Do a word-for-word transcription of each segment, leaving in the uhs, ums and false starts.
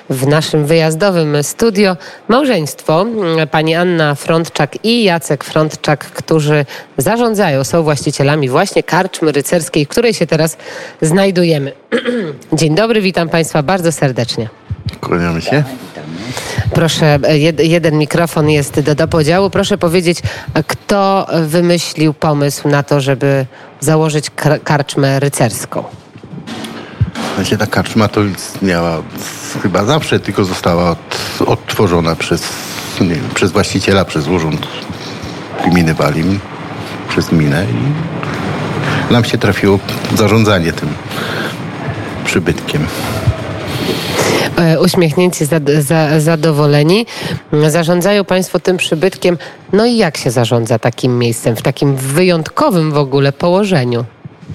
w naszym wyjazdowym studio małżeństwo, pani Anna Frądczak i Jacek Frądczak, którzy zarządzają, są właścicielami właśnie karczmy rycerskiej, w której się teraz znajdujemy. Dzień dobry, witam Państwa bardzo serdecznie. Kłaniamy się. Proszę, jed, jeden mikrofon jest do, do podziału. Proszę powiedzieć, kto wymyślił pomysł na to, żeby założyć kar- karczmę rycerską? Znaczy, ta karczma to istniała chyba zawsze, tylko została od, odtworzona przez, nie wiem, przez właściciela, przez urząd gminy Walin, przez gminę i nam się trafiło zarządzanie tym przybytkiem. Uśmiechnięci, zad, za, zadowoleni. Zarządzają Państwo tym przybytkiem. No i jak się zarządza takim miejscem, w takim wyjątkowym w ogóle położeniu?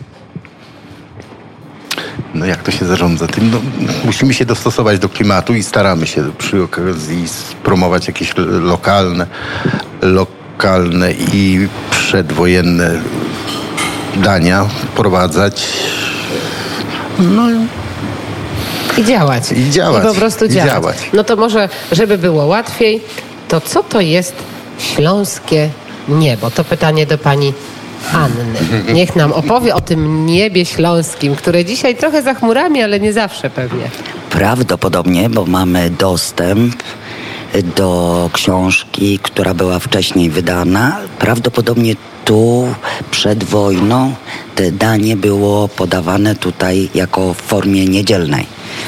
No jak to się zarządza tym? No, musimy się dostosować do klimatu i staramy się przy okazji promować jakieś lokalne, lokalne i przedwojenne dania, wprowadzać. No I działać. I działać. I po prostu I działać. działać. No to może, żeby było łatwiej, to co to jest śląskie niebo? To pytanie do pani Anny. Niech nam opowie o tym niebie śląskim, które dzisiaj trochę za chmurami, ale nie zawsze pewnie. Prawdopodobnie, bo mamy dostęp do książki, która była wcześniej wydana. Prawdopodobnie tu przed wojną te danie było podawane tutaj jako w formie niedzielnej.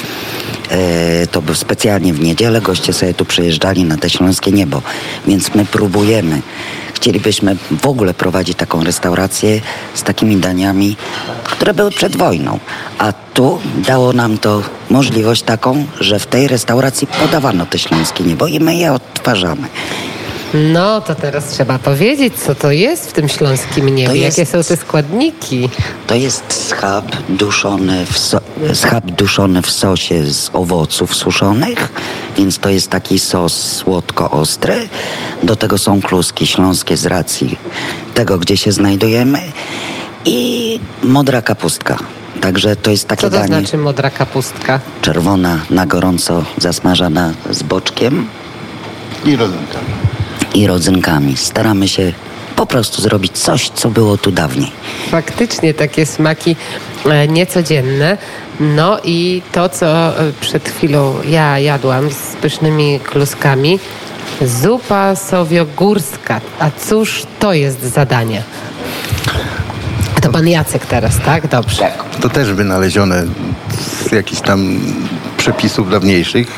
E, to był specjalnie w niedzielę, goście sobie tu przyjeżdżali na te śląskie niebo, więc my próbujemy. Chcielibyśmy w ogóle prowadzić taką restaurację z takimi daniami, które były przed wojną. A tu dało nam to możliwość taką, że w tej restauracji podawano te śląskie niebo i my je odtwarzamy. No to teraz trzeba powiedzieć, co to jest w tym śląskim niebie, jest, jakie są te składniki. To jest schab duszony w, so, schab duszony w sosie z owoców suszonych, więc to jest taki sos słodko-ostry. Do tego są kluski śląskie z racji tego, gdzie się znajdujemy i modra kapustka. Także to jest takie Co to danie. znaczy modra kapustka? Czerwona, na gorąco zasmażana z boczkiem I rodzynkami. i rodzynkami. Staramy się po prostu zrobić coś, co było tu dawniej. Faktycznie takie smaki e, niecodzienne. No i to, co e, przed chwilą ja jadłam z pysznymi kluskami, zupa sowiogórska. A cóż to jest za danie? A to pan Jacek teraz, tak? Dobrze. To też wynalezione z jakichś tam przepisów dawniejszych.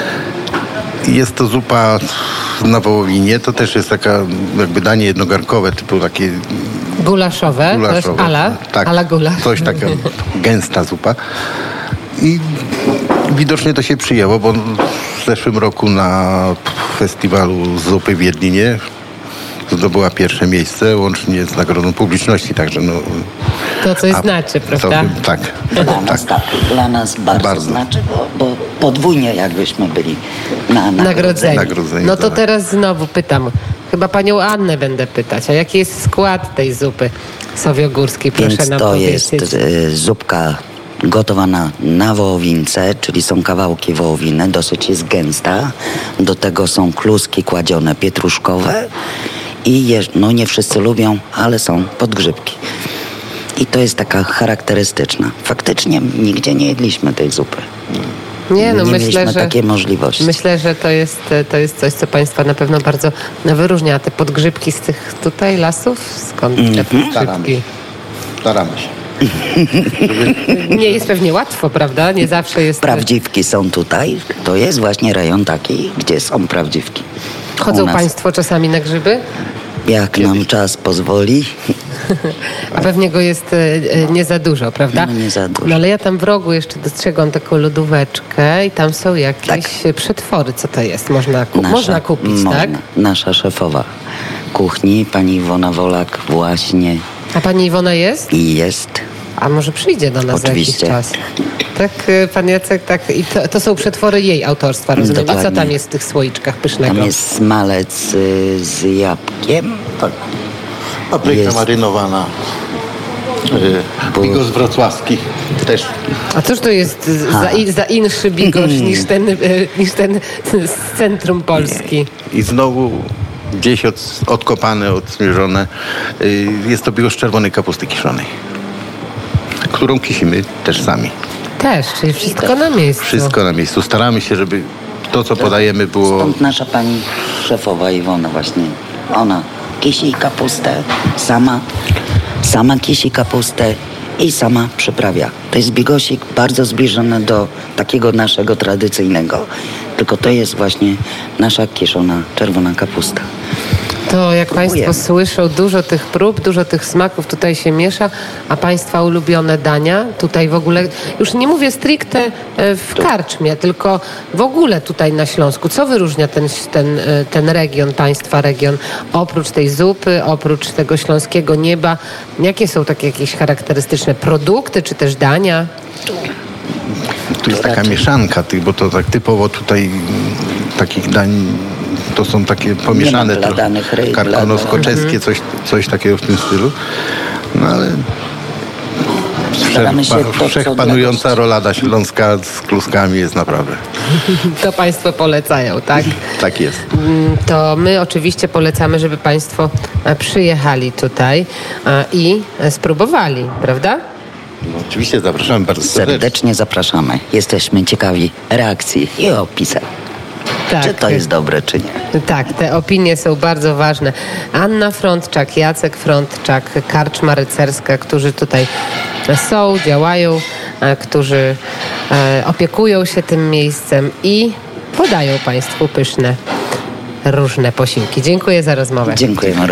Jest to zupa na wołowinie, to też jest taka jakby danie jednogarnkowe, typu takie Gulaszowe, gulaszowe. to jest ala, tak, ala gulasz. Coś taka gęsta zupa. I widocznie to się przyjęło, bo w zeszłym roku na festiwalu zupy w Jedlinie zdobyła pierwsze miejsce, łącznie z nagrodą publiczności, także no... To coś a, znaczy, prawda? To, tak. Dla nas tak, dla nas bardzo, Bardzo. znaczy, bo, bo podwójnie jakbyśmy byli na Nagrodzeni. Nagrodzeni, No to tak. teraz znowu pytam, chyba panią Annę będę pytać, a jaki jest skład tej zupy sowiogórskiej? Proszę Więc nam to powiedzieć. jest y, zupka gotowana na wołowince, czyli są kawałki wołowiny, dosyć jest gęsta. Do tego są kluski kładzione pietruszkowe i jeż, no nie wszyscy lubią, ale są podgrzybki. I to jest taka charakterystyczna. Faktycznie nigdzie nie jedliśmy tej zupy. Nie, no nie myślę, mieliśmy że takiej możliwości. Myślę, że to jest, to jest coś, co Państwa na pewno bardzo wyróżnia. A te podgrzybki z tych tutaj lasów? Skąd te Mhm. podgrzybki? Staramy się. Nie jest pewnie łatwo, prawda? Nie zawsze jest... Prawdziwki są tutaj. To jest właśnie rejon taki, gdzie są prawdziwki. U Chodzą nas. Państwo czasami na grzyby? Jak nam czas pozwoli. A pewnie go jest e, nie za dużo, prawda? No, nie za dużo. No ale ja tam w rogu jeszcze dostrzegłam taką lodóweczkę i tam są jakieś Tak. przetwory. Co to jest? Można, ku- Nasza- można kupić, można. tak? Nasza szefowa kuchni, pani Iwona Wolak, właśnie A pani Iwona jest? i jest. A może przyjdzie do nas Oczywiście. za jakiś czas? Tak, y, pan Jacek, tak. I to, to są przetwory jej autorstwa, rozumiem. A co Dokładnie. tam jest w tych słoiczkach pysznego? Tam jest smalec y, z jabłkiem. Tak. Papryka Jest. marynowana Yy, Bigos wrocławski też. A cóż to jest za, za inszy bigos niż ten, niż ten z centrum Polski? I znowu gdzieś od, odkopane, odsmierzone. Yy, jest to bigos czerwonej kapusty kiszonej, którą kisimy też sami. Też, czyli wszystko na miejscu. Wszystko na miejscu. Staramy się, żeby to, co podajemy, było... Stąd nasza pani szefowa Iwona właśnie. Ona kisi kapustę, sama, sama kisi kapustę i sama przyprawia. To jest bigosik bardzo zbliżony do takiego naszego tradycyjnego. Tylko to jest właśnie nasza kiszona czerwona kapusta. To jak Próbujemy. Państwo słyszą, dużo tych prób, dużo tych smaków tutaj się miesza, a Państwa ulubione dania tutaj w ogóle, już nie mówię stricte w karczmie, tylko w ogóle tutaj na Śląsku. Co wyróżnia ten, ten, ten region, Państwa region, oprócz tej zupy, oprócz tego śląskiego nieba? Jakie są takie jakieś charakterystyczne produkty, czy też dania? Tu jest taka mieszanka tych, bo to tak typowo tutaj takich dań to są takie pomieszane trochę karkonosko-czeskie, coś, coś takiego w tym stylu. No ale wszech, wszechpanująca rolada śląska z kluskami jest naprawdę. To Państwo polecają, tak? Tak jest. To my oczywiście polecamy, żeby Państwo przyjechali tutaj i spróbowali, prawda? No, oczywiście zapraszamy bardzo serdecznie. Serdecznie zapraszamy. Jesteśmy ciekawi reakcji i opisem. Tak. Czy to jest dobre, czy nie. Tak, te opinie są bardzo ważne. Anna Frądczak, Jacek Frądczak, Karczma Rycerska, którzy tutaj są, działają, którzy opiekują się tym miejscem i podają Państwu pyszne różne posiłki. Dziękuję za rozmowę. Dziękujemy.